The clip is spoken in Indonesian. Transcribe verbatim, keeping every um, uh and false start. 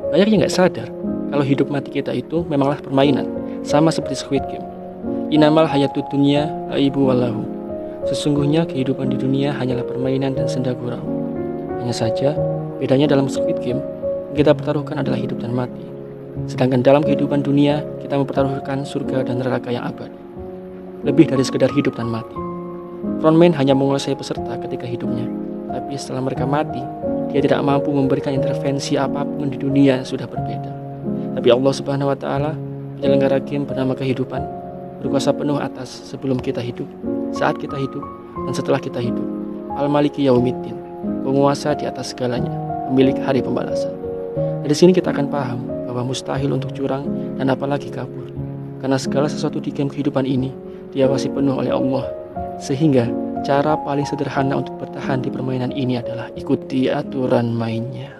Banyak yang nggak sadar kalau hidup mati kita itu memanglah permainan, sama seperti Squid Game. Inamal hayatud dunya aibu wallahu. Sesungguhnya kehidupan di dunia hanyalah permainan dan senda gurau. Hanya saja, bedanya dalam Squid Game, yang kita pertaruhkan adalah hidup dan mati. Sedangkan dalam kehidupan dunia, kita mempertaruhkan surga dan neraka yang abadi. Lebih dari sekedar hidup dan mati. Frontman hanya menguasai peserta ketika hidupnya, tapi setelah mereka mati, dia tidak mampu memberikan intervensi apapun di dunia yang sudah berbeda. Tapi Allah Subhanahu wa Ta'ala, penyelenggara game bernama kehidupan, berkuasa penuh atas sebelum kita hidup, saat kita hidup, dan setelah kita hidup. Al-Maliki Yaumiddin, penguasa di atas segalanya, pemilik hari pembalasan. Dari sini kita akan paham bahwa mustahil untuk curang dan apalagi kabur, karena segala sesuatu di game kehidupan ini diawasi penuh oleh Allah. Sehingga cara paling sederhana untuk bertahan di permainan ini adalah ikuti aturan mainnya.